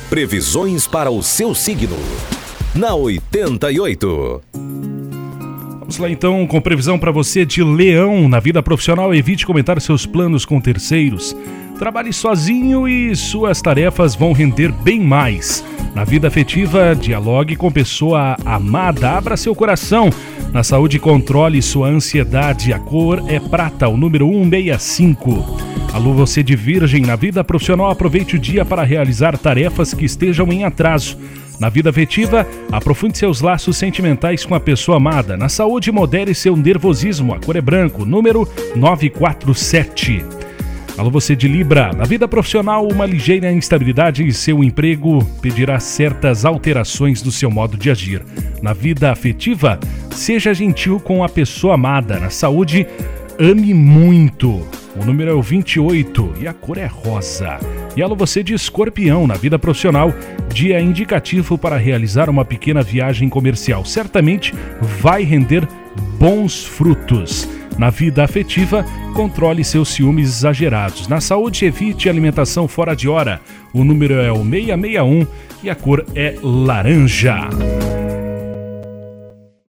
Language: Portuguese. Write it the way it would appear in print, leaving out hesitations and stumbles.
Previsões para o seu signo. Na 88. Vamos lá então com previsão para você de Leão. Na vida profissional, evite comentar seus planos com terceiros. Trabalhe sozinho e suas tarefas vão render bem mais. Na vida afetiva, dialogue com pessoa amada, abra seu coração. Na saúde, controle sua ansiedade. A cor é prata, o número 165. Alô, você de Virgem. Na vida profissional, aproveite o dia para realizar tarefas que estejam em atraso. Na vida afetiva, aprofunde seus laços sentimentais com a pessoa amada. Na saúde, modere seu nervosismo. A cor é branco, número 947. Alô, você de Libra. Na vida profissional, uma ligeira instabilidade em seu emprego pedirá certas alterações do seu modo de agir. Na vida afetiva, seja gentil com a pessoa amada. Na saúde, ame muito. O número é o 28 e a cor é rosa. E alô, você de Escorpião. Na vida profissional, dia indicativo para realizar uma pequena viagem comercial. Certamente vai render bons frutos. Na vida afetiva, controle seus ciúmes exagerados. Na saúde, evite alimentação fora de hora. O número é o 661 e a cor é laranja.